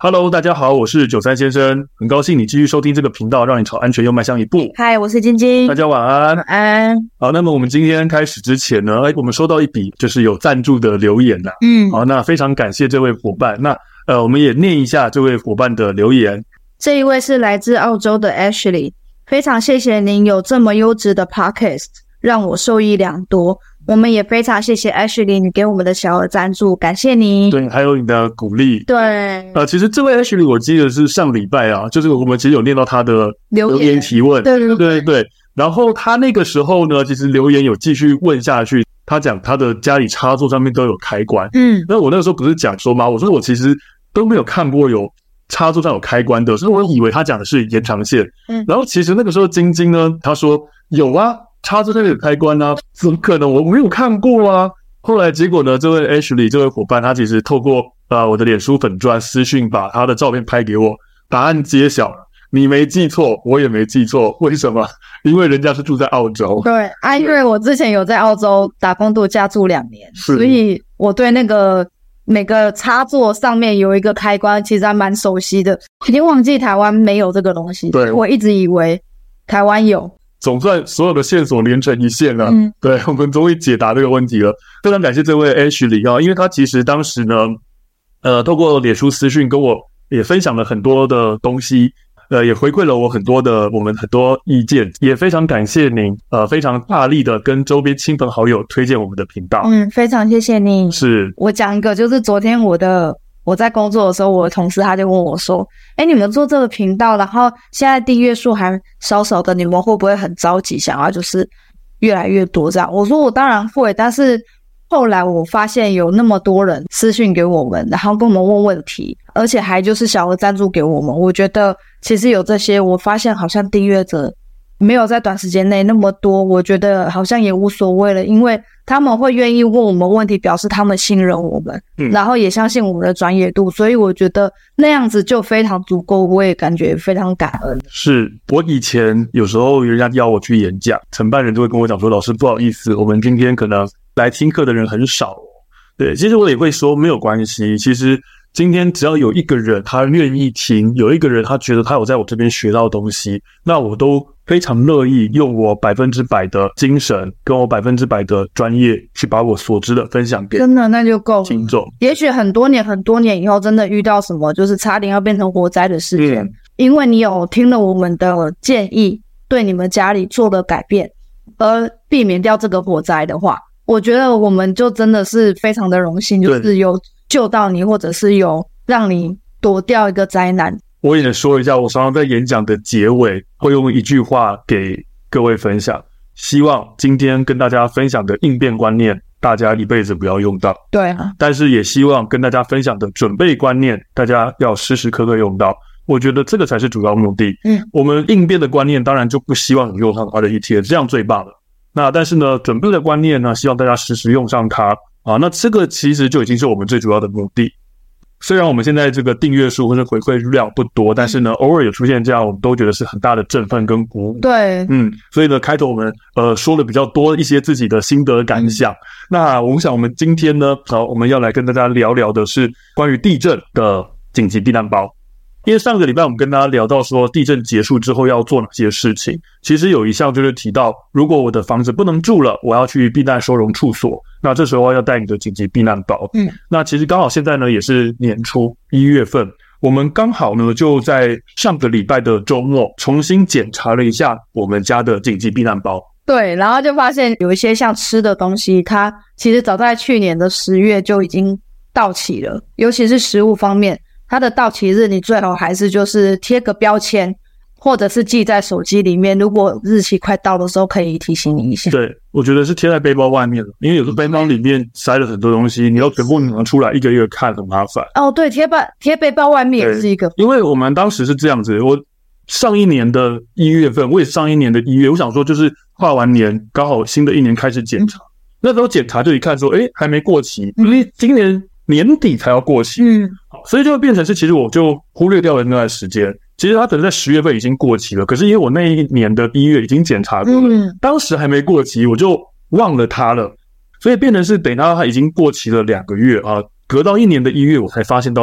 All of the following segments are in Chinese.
Hello， 大家好，我是93先生，很高兴你继续收听这个频道，让你朝安全又迈向一步。 嗨，我是晶晶， 大家晚安。 晚安。 好，那么我们今天开始之前呢，我们收到一笔就是有赞助的留言啦。好，那非常感谢这位伙伴。那我们也念一下这位伙伴的留言。 这一位是来自澳洲的 Ashley， 非常谢谢您有这么优质的 podcast， 让我受益良多。我们也非常谢谢 Ashley 你给我们的小额赞助，感谢你。 对，还有你的鼓励。 对， 其实这位 Ashley 我记得是上礼拜啊，就是我们其实有念到他的留言提问。对。然后他那个时候呢，其实留言有继续问下去，他讲他的家里插座上面都有开关。那我那个时候不是讲说吗？我说我其实都没有看过有插座上有开关的，所以我以为他讲的是延长线。然后其实那个时候晶晶呢，他说有啊。插座那边有开关啊，怎么可能？我没有看过啊。后来结果呢，这位 Ashley 这位伙伴，他其实透过我的脸书粉专私讯把他的照片拍给我，答案揭晓了，你没记错，我也没记错。为什么？因为人家是住在澳洲。 对啊，因为我之前有在澳洲打工度假住2年，所以我对那个每个插座上面有一个开关其实还蛮熟悉的，已经忘记台湾没有这个东西。对，我一直以为台湾有。 总算所有的线索连成一线了。对，我们终于解答这个问题了。非常感谢这位 Ashley 啊，因为他其实当时呢透过脸书私讯跟我也分享了很多的东西，也回馈了我们很多意见，也非常感谢您非常大力的跟周边亲朋好友推荐我们的频道。 非常谢谢你。 是， 我讲一个，就是昨天我在工作的时候，我的同事他就问我说，你们做这个频道，然后现在订阅数还少少的，你们会不会很着急想要就是越来越多这样？我说我当然会，但是后来我发现有那么多人私讯给我们，然后跟我们问问题，而且还就是小额赞助给我们，我觉得其实有这些，我发现好像订阅者没有在短时间内那么多，我觉得好像也无所谓了，因为他们会愿意问我们问题，表示他们信任我们，然后也相信我们的专业度，所以我觉得那样子就非常足够，我也感觉非常感恩。 是，我以前有时候人家邀我去演讲，承办人就会跟我讲说，老师不好意思，我们今天可能来听课的人很少哦。对，其实我也会说没有关系，其实今天只要有一个人他愿意听，有一个人他觉得他有在我这边学到东西，那我都非常乐意用我100%的精神跟我100%的专业去把我所知的分享给真的那就够了听众。 也许很多年以后真的遇到什么就是差点要变成火灾的事情，因为你有听了我们的建议，对你们家里做了改变而避免掉这个火灾的话，我觉得我们就真的是非常的荣幸，就是有救到你，或者是有让你躲掉一个灾难。 我也说一下，我常常在演讲的结尾会用一句话给各位分享，希望今天跟大家分享的应变观念大家一辈子不要用到。 对啊， 但是也希望跟大家分享的准备观念大家要时时刻刻用到，我觉得这个才是主要目的。我们应变的观念当然就不希望你用上它的一天，这样最棒了。那但是呢，准备的观念呢，希望大家时时用上它啊。那这个其实就已经是我们最主要的目的。虽然我们现在这个订阅数或者回馈量不多，但是呢，偶尔有出现这样，我们都觉得是很大的振奋跟鼓舞。 对， 所以呢，开头我们说了比较多一些自己的心得感想。那我想我们今天呢，我们要来跟大家聊聊的是关于地震的紧急避难包。因为上个礼拜我们跟大家聊到说地震结束之后要做哪些事情，其实有一项就是提到，如果我的房子不能住了，我要去避难收容处所，那这时候要带你的紧急避难包。那其实刚好现在呢也是年初1月份，我们刚好呢就在上个礼拜的周末重新检查了一下我们家的紧急避难包。 对，然后就发现有一些像吃的东西，它其实早在去年的10月就已经到期了，尤其是食物方面，它的到期日你最好还是就是贴个标签，或者是记在手机里面，如果日期快到的时候可以提醒你一下。对， 我觉得是贴在背包外面，因为有时候背包里面塞了很多东西，你要全部拿出来一个一个看，很麻烦。 哦，对，贴背包外面也是一个。 因为我们当时是这样子，我上一年的1月份，我也是上一年的1月，我想说就是跨完年，刚好新的一年开始检查，那时候检查就一看说，还没过期，因为今年年底才要过期，所以就会变成是其实我就忽略掉了那段时间。其实它可能在10月份已经过期了，可是因为我那一年的1月已经检查过了，当时还没过期，我就忘了它了，所以变成是等到它已经过期了2个月啊，隔到1年的1月我才发现到它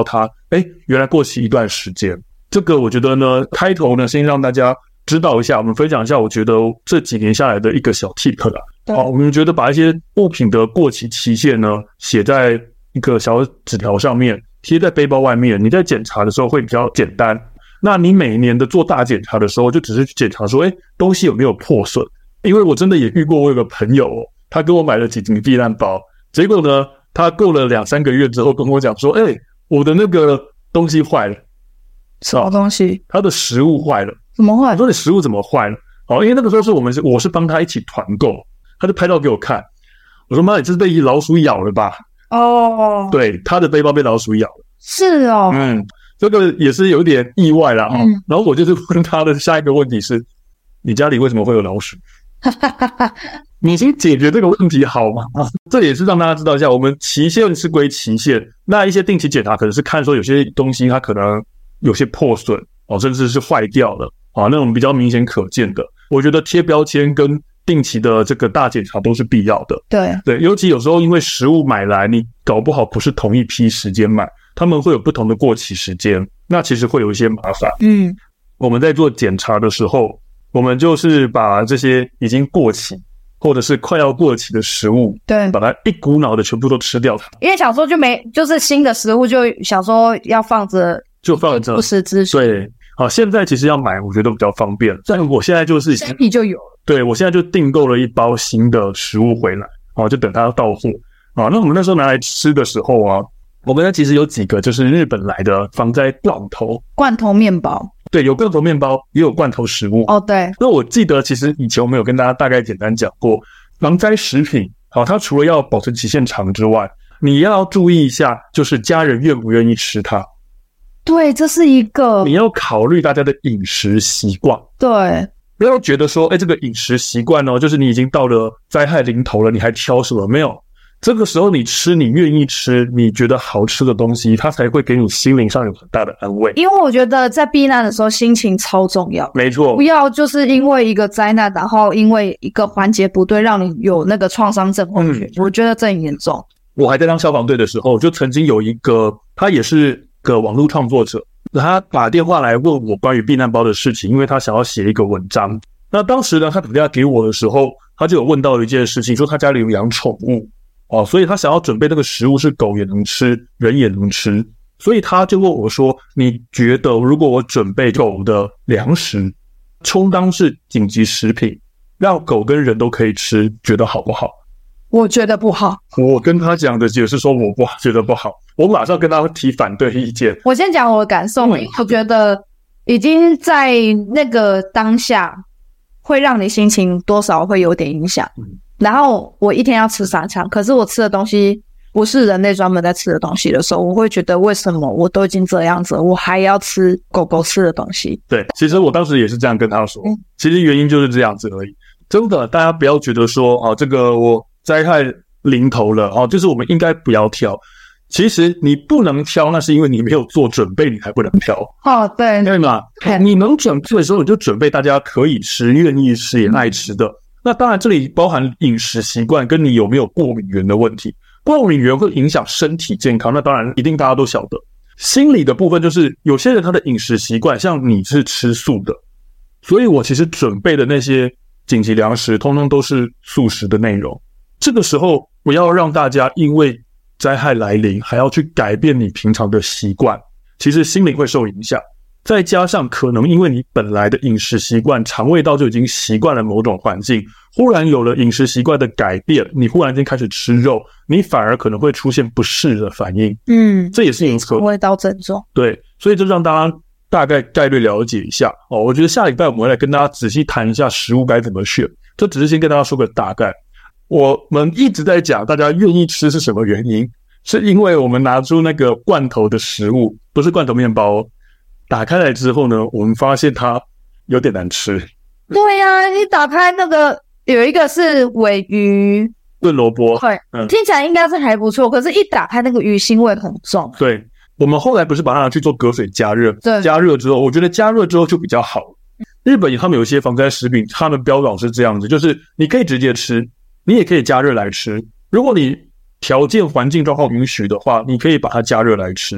原来过期一段时间。这个我觉得呢，开头呢先让大家知道一下，我们分享一下我觉得这几年下来的一个小 tip 啦。我们觉得把一些物品的过期期限呢写在一个小纸条上面，贴在背包外面，你在检查的时候会比较简单。那你每年的做大检查的时候，就只是去检查说东西有没有破损。因为我真的也遇过，我有个朋友他跟我买了几顶避难包，结果呢他过了2-3个月之后跟我讲说我的那个东西坏了。 什么东西？ 他的食物坏了。 怎么坏？ 我说你食物怎么坏了？因为那个时候我是帮他一起团购，他就拍照给我看。我说妈，你这是被老鼠咬了吧？对，他的背包被老鼠咬了。 是哦。 这个也是有点意外啦。然后我就是问他的下一个问题是，你家里为什么会有老鼠？你先解决这个问题好吗？这也是让大家知道一下，我们期限是归期限，那一些定期检查可能是看说有些东西它可能有些破损甚至是坏掉了那种比较明显可见的，我觉得贴标签跟定期的这个大检查都是必要的。对，尤其有时候因为食物买来你搞不好不是同一批时间买，他们会有不同的过期时间，那其实会有一些麻烦。我们在做检查的时候，我们就是把这些已经过期或者是快要过期的食物，把它一股脑的全部都吃掉它。 因为想说就是新的食物就想说要放着，不时之需。 对，现在其实要买我觉得比较方便，但我现在就是生皮就有了。 对，我现在就订购了一包新的食物回来，就等它到货。那我们那时候拿来吃的时候我们其实有几个就是日本来的防灾罐头面包。 对，有罐头面包，也有罐头食物。 对。 那我记得其实以前我们有跟大家大概简单讲过，防灾食品它除了要保存期限长之外，你要注意一下，就是家人愿不愿意吃它。 对，这是一个你要考虑大家的饮食习惯。 对， 不要觉得说这个饮食习惯就是你已经到了灾害临头了，你还挑什么？没有，这个时候你吃你愿意吃你觉得好吃的东西，它才会给你心灵上有很大的安慰。 因为我觉得在避难的时候心情超重要。 没错， 不要就是因为一个灾难，然后因为一个环节不对让你有那个创伤症候群。我觉得这很严重。 我还在当消防队的时候，就曾经有一个他也是个网络创作者，他打电话来问我关于避难包的事情，因为他想要写一个文章。那当时呢他打电话给我的时候，他就有问到一件事情，说他家里有养宠物所以他想要准备那个食物是狗也能吃人也能吃，所以他就问我说，你觉得如果我准备狗的粮食充当是紧急食品，让狗跟人都可以吃，觉得好不好？ 我觉得不好。 我跟他讲的也是说我不觉得不好，我马上跟他提反对意见。 我先讲我的感受，因为我觉得已经在那个当下会让你心情多少会有点影响。然后我一天要吃3餐，可是我吃的东西不是人类专门在吃的东西的时候，我会觉得为什么我都已经这样子了，我还要吃狗狗吃的东西。 对，其实我当时也是这样跟他说，其实原因就是这样子而已。真的，大家不要觉得说这个我灾害临头了就是我们应该不要挑。其实你不能挑，那是因为你没有做准备，你才不能挑。 对吗？你能准备的时候，你就准备大家可以吃、愿意吃也爱吃的。那当然，这里包含饮食习惯跟你有没有过敏源的问题。过敏源会影响身体健康，那当然一定大家都晓得。心理的部分就是有些人他的饮食习惯，像你是吃素的，所以我其实准备的那些紧急粮食通通都是素食的内容。这个时候我要让大家因为灾害来临还要去改变你平常的习惯，其实心灵会受影响。再加上可能因为你本来的饮食习惯肠胃道就已经习惯了某种环境，忽然有了饮食习惯的改变，你忽然间开始吃肉，你反而可能会出现不适的反应。这也是有可能肠胃道症状。 对，所以就让大家大概概率了解一下我觉得下礼拜我们会来跟大家仔细谈一下食物该怎么选，这只是先跟大家说个大概。我们一直在讲大家愿意吃是什么原因，是因为我们拿出那个罐头的食物，不是罐头面包打开来之后呢，我们发现它有点难吃。 对呀，你打开那个有一个是鲔鱼炖萝卜， 对，听起来应该是还不错，可是一打开那个鱼腥味很重。 对，我们后来不是把它拿去做隔水加热， 对， 加热之后，我觉得加热之后就比较好。日本他们有一些防灾食品，他们标榜是这样子，就是你可以直接吃，你也可以加热来吃。如果你条件环境状况允许的话，你可以把它加热来吃。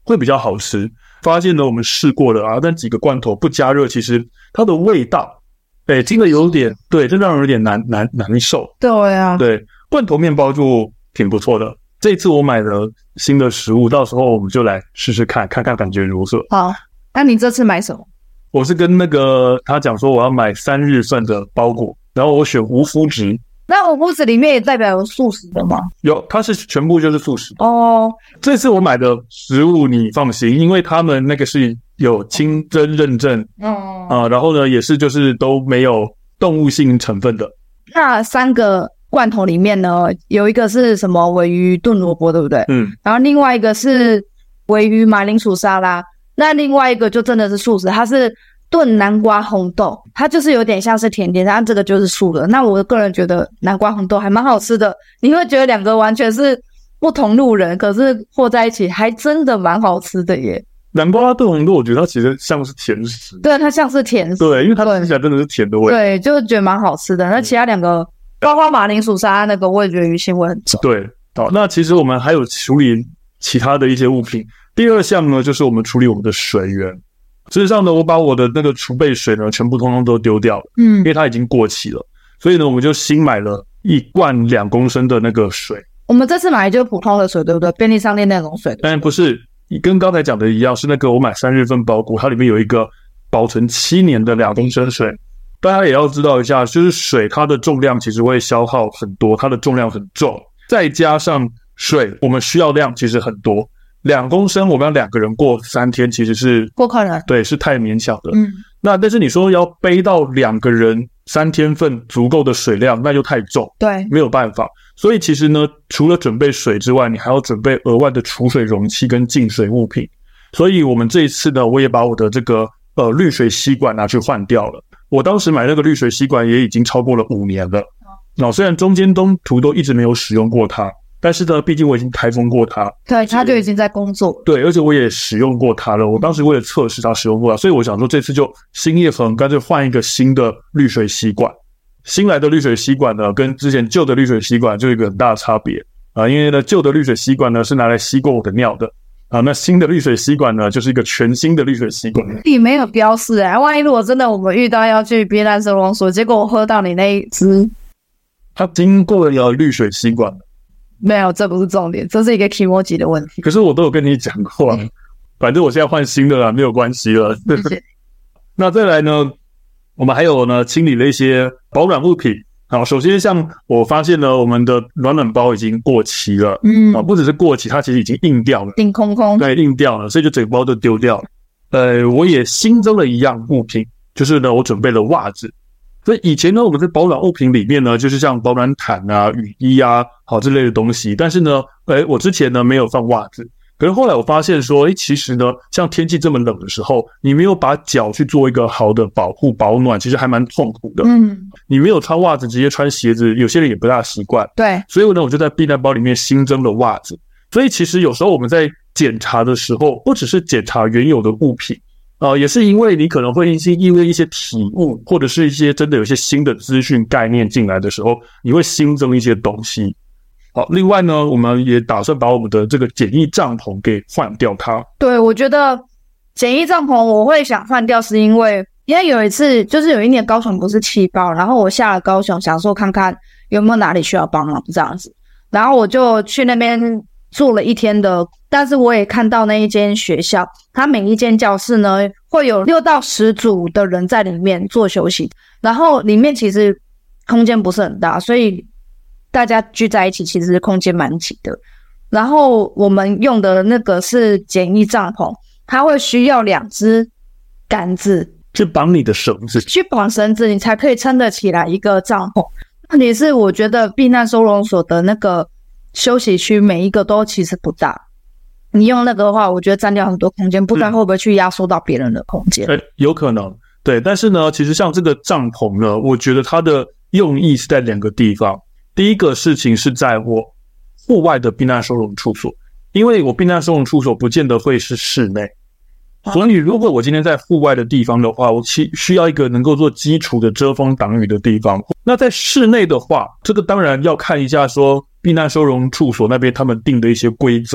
会比较好吃。发现呢我们试过了啊，但几个罐头不加热，其实它的味道真的有点，对，真的让人有点难受。 对啊， 对，罐头面包就挺不错的。这一次我买了新的食物，到时候我们就来试试看感觉如何。 好，那你这次买什么？ 我是跟那个他讲说我要买3日份的包裹，然后我选无麸质。 那无麸质里面也代表有素食的吗？ 有，它是全部就是素食哦。 这次我买的食物你放心，因为他们那个是有清真认证，然后呢也是就是都没有动物性成分的。 那3个罐头里面呢，有一个是什么鲔鱼炖萝卜，对不对？然后另外一个是鲔鱼马铃薯沙拉，那另外一个就真的是素食，它是炖南瓜红豆，它就是有点像是甜点，但这个就是素的。那我个人觉得南瓜红豆还蛮好吃的，你会觉得2个完全是不同路人，可是和在一起还真的蛮好吃的耶。 南瓜炖红豆我觉得它其实像是甜食。 对，它像是甜食。 对，因为它吃起来真的是甜的味。 对，就是觉得蛮好吃的。那其他2个包括马铃薯沙拉那个，我也觉得鱼腥味很重。 对，好，那其实我们还有处理其他的一些物品。第2项呢，就是我们处理我们的水源。事实上呢，我把我的那个储备水呢，全部通通都丢掉了，因为它已经过期了。所以呢，我们就新买了1罐2公升的那个水。 我们这次买的就是普通的水，对不对？便利商店那种水。 但不是，跟刚才讲的一样，是那个我买3日份包裹，它里面有一个保存7年的2公升水。大家也要知道一下，就是水它的重量其实会消耗很多，它的重量很重，再加上水我们需要量其实很多。2公升我们要2个人过3天，其实是不可能， 对，是太勉强的。那但是你说要背到2个人3天份足够的水量，那就太重， 对， 没有办法。所以其实呢，除了准备水之外，你还要准备额外的储水容器跟净水物品。所以我们这一次呢，我也把我的这个滤水吸管拿去换掉了。我当时买那个滤水吸管也已经超过了5年了。虽然中间中途都一直没有使用过它。但是呢，毕竟我已经开封过它， 对，它就已经在工作。 对，而且我也使用过它了。我当时为了测试它使用过它，所以我想说这次就心一横，干脆换一个新的滤水吸管。新来的滤水吸管呢，跟之前旧的滤水吸管就有一个很大的差别因为呢，旧的滤水吸管呢是拿来吸过我的尿的那新的滤水吸管呢就是一个全新的滤水吸管。 你没有标示万一如果真的我们遇到要去避难收容所，结果我喝到你那一支， 它经过了滤水吸管。 没有，这不是重点，这是一个 kimoji 的问题。 可是我都有跟你讲过反正我现在换新的了，没有关系了。 谢谢。 那再来呢，我们还有呢清理了一些保暖物品。好，首先像我发现呢，我们的暖包已经过期了。不只是过期，它其实已经硬掉了， 硬空空。 对，硬掉了，所以就整包都丢掉了。我也新增了一样物品，就是呢，我准备了袜子。所以以前呢，我们在保暖物品里面呢，就是像保暖毯啊、雨衣啊，好这类的东西。但是呢，我之前呢没有放袜子。可是后来我发现说，其实呢，像天气这么冷的时候，你没有把脚去做一个好的保护保暖，其实还蛮痛苦的。你没有穿袜子，直接穿鞋子，有些人也不大习惯。 对， 所以呢，我就在避难包里面新增了袜子。所以其实有时候我们在检查的时候，不只是检查原有的物品。也是因为你可能会因为一些体悟，或者是一些真的有一些新的资讯概念进来的时候，你会新增一些东西。好，另外呢，我们也打算把我们的这个简易帐篷给换掉它。 对，我觉得简易帐篷我会想换掉，是因为有一次就是有一年高雄不是气爆，然后我下了高雄，想说看看有没有哪里需要帮忙这样子，然后我就去那边住了1天的，但是我也看到那一间学校，它每一间教室呢会有6到10组的人在里面做休息，然后里面其实空间不是很大，所以大家聚在一起其实空间蛮挤的。然后我们用的那个是简易帐篷，它会需要2只杆子去绑你的绳子， 去绑绳子，你才可以撑得起来一个帐篷。问题是我觉得避难收容所的那个休息区每一个都其实不大，你用那个的话我觉得占掉很多空间，不知道会不会去压缩到别人的空间。 有可能，对。但是呢，其实像这个帐篷呢，我觉得它的用意是在2个地方。第一个事情是在我户外的避难收容处所，因为我避难收容处所不见得会是室内，所以如果我今天在户外的地方的话，我需要一个能够做基础的遮风挡雨的地方。那在室内的话，这个当然要看一下说避难收容处所那边他们定的一些规则。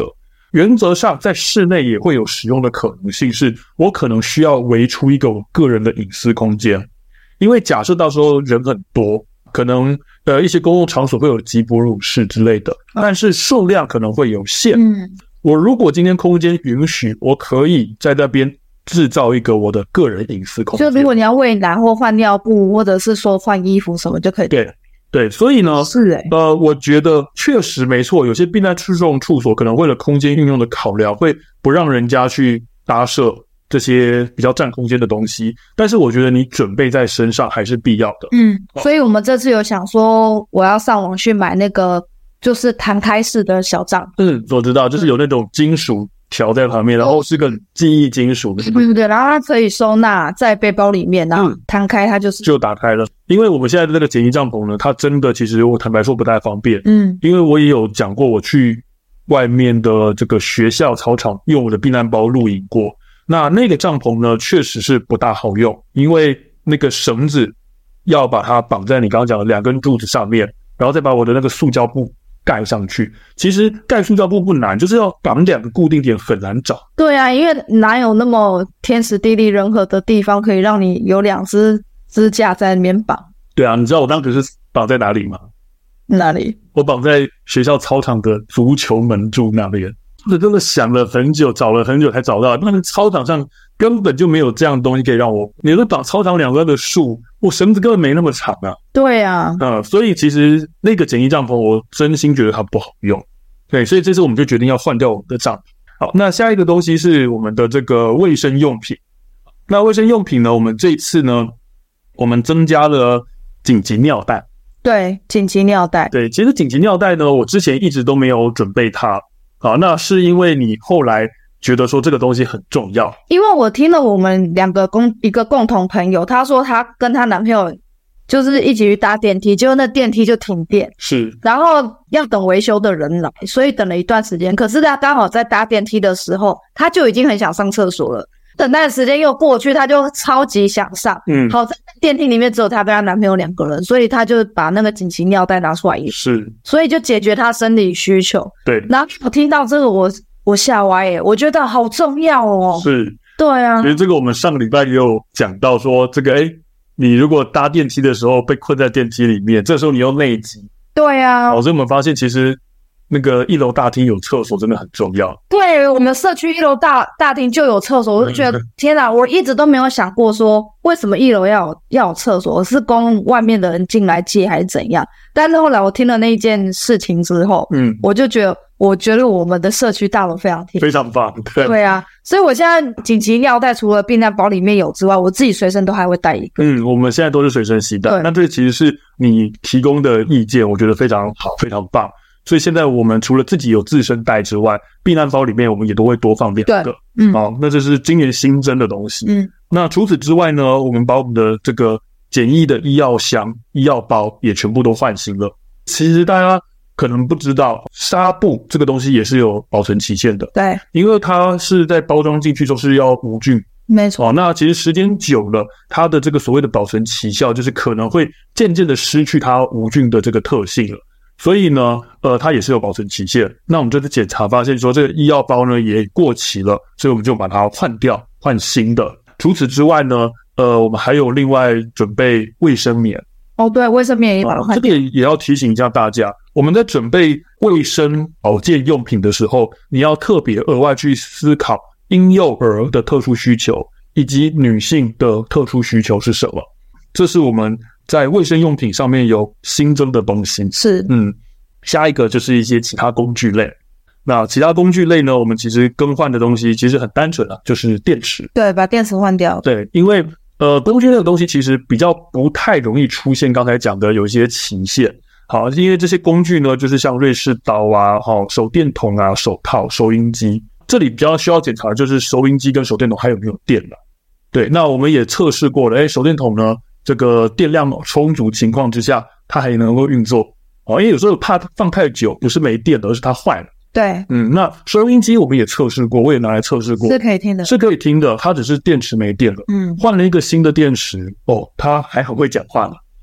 原则上在室内也会有使用的可能性，是我可能需要围出一个我个人的隐私空间，因为假设到时候人很多，可能一些公共场所会有吉哺乳室之类的，但是数量可能会有限。我如果今天空间允许，我可以在那边制造一个我的个人隐私空间。 就如果你要喂奶或换尿布，或者是说换衣服什么就可以。 对，所以呢， 是我觉得确实没错，有些避难收容处所可能为了空间运用的考量，会不让人家去搭设这些比较占空间的东西，但是我觉得你准备在身上还是必要的。 所以我们这次有想说，我要上网去买那个就是弹开式的小帐。 我知道，就是有那种金属条在旁边，然后是个记忆金属的。 对，然后它可以收纳在背包里面，然后摊开它就打开了。因为我们现在的那个简易帐篷呢，它真的其实我坦白说不太方便。因为我也有讲过，我去外面的这个学校操场用我的避难包露营过。那个帐篷呢，确实是不大好用，因为那个绳子要把它绑在你刚刚讲的2根柱子上面，然后再把我的那个塑胶布盖上去。其实盖塑胶布不难，就是要绑2个固定点很难找。 对啊，因为哪有那么天时地利人和的地方可以让你有2只支架在那边绑。对啊，你知道我当时是绑在哪里吗？ 哪里？ 我绑在学校操场的足球门柱那边。真的想了很久，找了很久才找到。那个操场上根本就没有这样的东西可以让我。你说绑操场2端的树，我绳子根本没那么长啊。 对啊， 所以其实那个简易帐篷，我真心觉得它不好用。对，所以这次我们就决定要换掉我们的帐篷。好，那下一个东西是我们的这个卫生用品。那卫生用品呢，我们这一次呢，我们增加了紧急尿袋。 对，紧急尿袋。 对，其实紧急尿袋呢，我之前一直都没有准备它。好，那是因为你后来觉得说这个东西很重要。 因为我听了我们一个共同朋友，她说她跟她男朋友就是一起去搭电梯，结果那电梯就停电， 是， 然后要等维修的人来，所以等了一段时间。可是他刚好在搭电梯的时候，他就已经很想上厕所了。等待的时间又过去，他就超级想上。好在电梯里面只有他跟他男朋友2个人，所以他就把那个紧急尿袋拿出来用， 是， 所以就解决他生理需求。 对， 然后我听到这个我吓歪耶，我觉得好重要哦。 是， 对啊， 其实这个我们上个礼拜也有讲到说，这个你如果搭电梯的时候被困在电梯里面，这时候你又内急。 对啊， 所以我们发现其实那个1楼大厅有厕所真的很重要。 对，我们社区1楼大厅就有厕所，我就觉得天哪，我一直都没有想过说为什么1楼要有厕所，是供外面的人进来借还是怎样。但是后来我听了那一件事情之后，我就觉得我们的社区大楼非常棒。 对啊，所以我现在紧急尿袋除了避难包里面有之外，我自己随身都还会带一个。 我们现在都是随身携带。那这其实是你提供的意见，我觉得非常好，非常棒。所以现在我们除了自己有自身带之外，避难包里面我们也都会多放2个。好，那这是今年新增的东西。那除此之外呢，我们把我们的这个简易的医药箱、医药包也全部都换新了。其实大家可能不知道，纱布这个东西也是有保存期限的。 对， 因为它是在包装进去都是要无菌。 没错。 那其实时间久了，它的这个所谓的保存期效，就是可能会渐渐的失去它无菌的这个特性了。所以呢，它也是有保存期限。那我们这次检查发现说，这个医药包呢也过期了，所以我们就把它换掉，换新的。除此之外呢，我们还有另外准备卫生棉。 对，卫生棉也把它换掉。 这个也要提醒一下大家，我们在准备卫生保健用品的时候，你要特别额外去思考婴幼儿的特殊需求以及女性的特殊需求是什么。这是我们在卫生用品上面有新增的东西。 是， 下一个就是一些其他工具类。那其他工具类呢，我们其实更换的东西其实很单纯了，就是电池。 对，把电池换掉。 对，因为工具类的东西其实比较不太容易出现刚才讲的有一些期限。好，因为这些工具呢，就是像瑞士刀啊、手电筒啊、手套、收音机。这里比较需要检查的就是收音机跟手电筒还有没有电了。对，那我们也测试过了，手电筒呢，这个电量充足情况之下，它还能够运作。因为有时候怕放太久，不是没电的，而是它坏了。 对， 那收音机我们也测试过，我也拿来测试过， 是可以听的， 是可以听的，它只是电池没电了。换了一个新的电池，它还很会讲话了。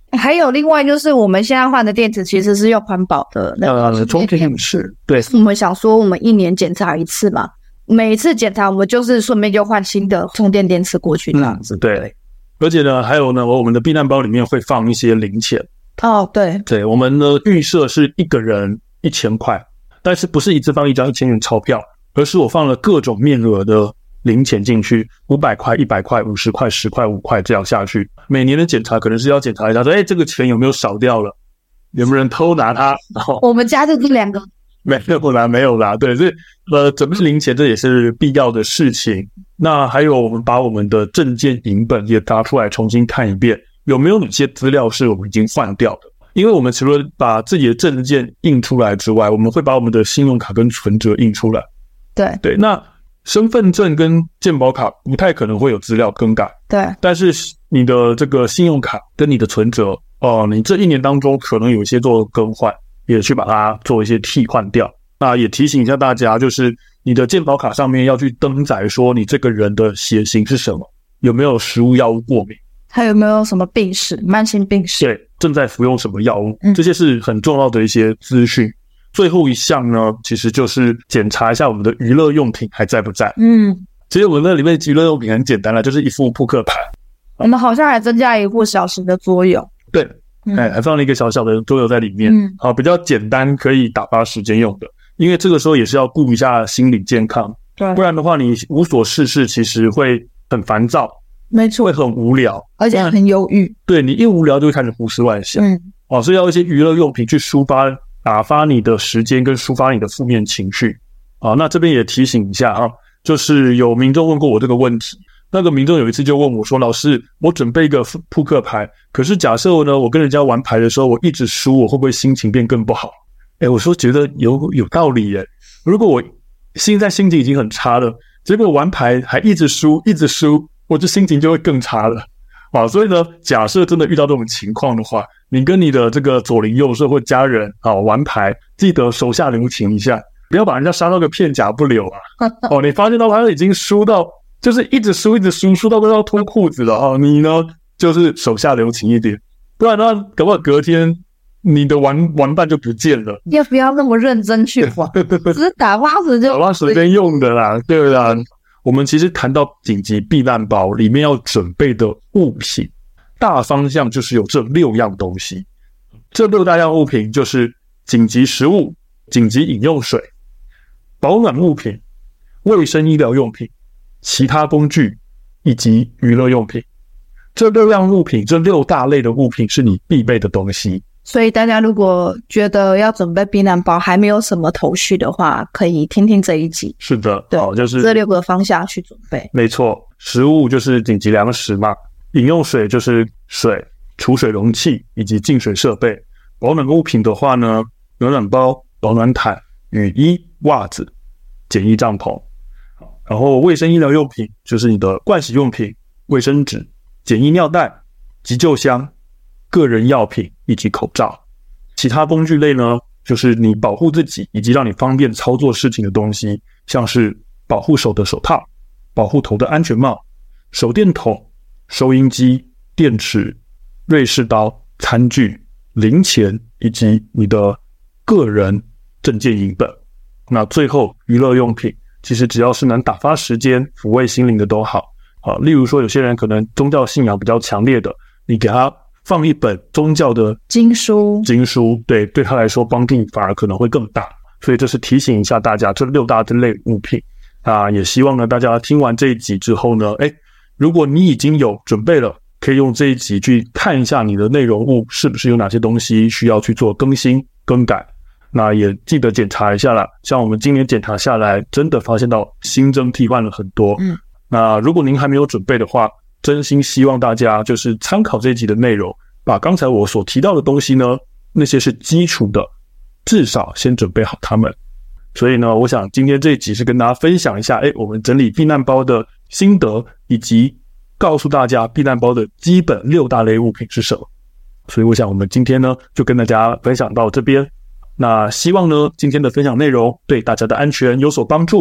还有另外就是我们现在换的电池其实是用环保的那个充电式，对， 我们想说我们1年检查一次嘛，每一次检查我们就是顺便就换新的充电电池过去这样子。 对，而且呢，还有呢，我们的避难包里面会放一些零钱。对，我们呢预设是一个人1000块，但是不是一次放一张1000元钞票，而是我放了各种面额的零钱进去，500块、100块、50块、10块、5块这样下去。每年的检查可能是要检查一下说，这个钱有没有少掉了，有没有人偷拿它。 我们家就这2个。 没有啦，对，所以准备零钱这也是必要的事情。那还有我们把我们的证件影本也拿出来重新看一遍，有没有哪些资料是我们已经换掉的。因为我们除了把自己的证件印出来之外，我们会把我们的信用卡跟存折印出来。对，那身份证跟健保卡不太可能会有资料更改， 对， 但是你的这个信用卡跟你的存折你这1年当中可能有一些做更换，也去把它做一些替换掉。那也提醒一下大家，就是你的健保卡上面要去登载说你这个人的血型是什么，有没有食物药物过敏， 还有没有什么病史，慢性病史， 对，正在服用什么药物，这些是很重要的一些资讯。最后一项呢，其实就是检查一下我们的娱乐用品还在不在。其实我们那里面娱乐用品很简单啦，就是一副扑克牌。 我们好像还增加一副小型的桌游。 对，还放了一个小小的桌游在里面。比较简单，可以打发时间用的。因为这个时候也是要顾一下心理健康， 对， 不然的话你无所事事，其实会很烦躁， 没错， 会很无聊， 而且很忧郁。 对，你一无聊就会开始胡思乱想。所以要一些娱乐用品去抒发、打发你的时间跟抒发你的负面情绪。那这边也提醒一下就是有民众问过我这个问题，那个民众有一次就问我说，老师，我准备一个扑克牌，可是假设呢我跟人家玩牌的时候我一直输，我会不会心情变更不好？我说觉得有道理耶。如果我现在心情已经很差了，结果玩牌还一直输，我这心情就会更差了。所以呢，假设真的遇到这种情况的话，你跟你的这个左邻右舍或家人玩牌，记得手下留情一下，不要把人家杀到个片甲不留啊。你发现到他已经输到就是一直输到都要脱裤子了你呢就是手下留情一点，不然呢搞不好隔天你的玩伴就不见了。 要不要那么认真去玩？只是打发时间用的啦，对啦。我们其实谈到紧急避难包里面要准备的物品，大方向就是有这6样东西。这6大样物品就是紧急食物、紧急饮用水、保暖物品、卫生医疗用品、其他工具以及娱乐用品。这6样物品，这6大类的物品是你必备的东西。 所以大家如果觉得要准备避难包还没有什么头绪的话，可以听听这一集。 是的， 对， 就是这6个方向去准备。 没错，食物就是紧急粮食嘛，饮用水就是水、储水容器以及净水设备。保暖物品的话呢，暖暖包、保暖毯、雨衣、袜子、简易帐篷。然后卫生医疗用品就是你的盥洗用品、卫生纸、简易尿袋、急救箱、个人药品以及口罩。其他工具类呢，就是你保护自己以及让你方便操作事情的东西，像是保护手的手套、保护头的安全帽、手电筒、收音机、电池、瑞士刀、餐具、零钱以及你的个人证件影本。那最后娱乐用品，其实只要是能打发时间、抚慰心灵的都好。例如说有些人可能宗教信仰比较强烈的，你给他放一本宗教的经书， 对他来说帮助反而可能会更大。所以这是提醒一下大家这6大类物品。也希望呢大家听完这一集之后呢，如果你已经有准备了，可以用这一集去看一下你的内容物是不是有哪些东西需要去做更新更改。那也记得检查一下啦，像我们今年检查下来真的发现到新增替换了很多。那如果您还没有准备的话，真心希望大家就是参考这一集的内容，把刚才我所提到的东西呢，那些是基础的，至少先准备好它们。所以呢，我想今天这一集是跟大家分享一下我们整理避难包的心得，以及告诉大家避难包的基本6大类物品是什么。所以我想我们今天呢就跟大家分享到这边。那希望呢今天的分享内容对大家的安全有所帮助。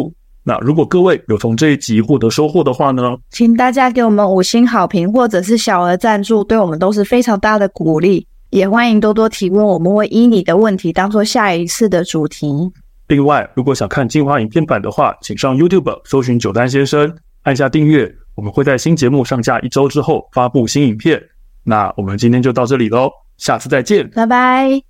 那如果各位有从这一集获得收获的话呢， 请大家给我们5星好评或者是小额赞助，对我们都是非常大的鼓励。也欢迎多多提问，我们会依你的问题当作下一次的主题。 另外，如果想看精华影片版的话，请上 YouTube 搜寻九丹先生，按下订阅，我们会在新节目上架1周之后发布新影片。那我们今天就到这里咯，下次再见， 拜拜。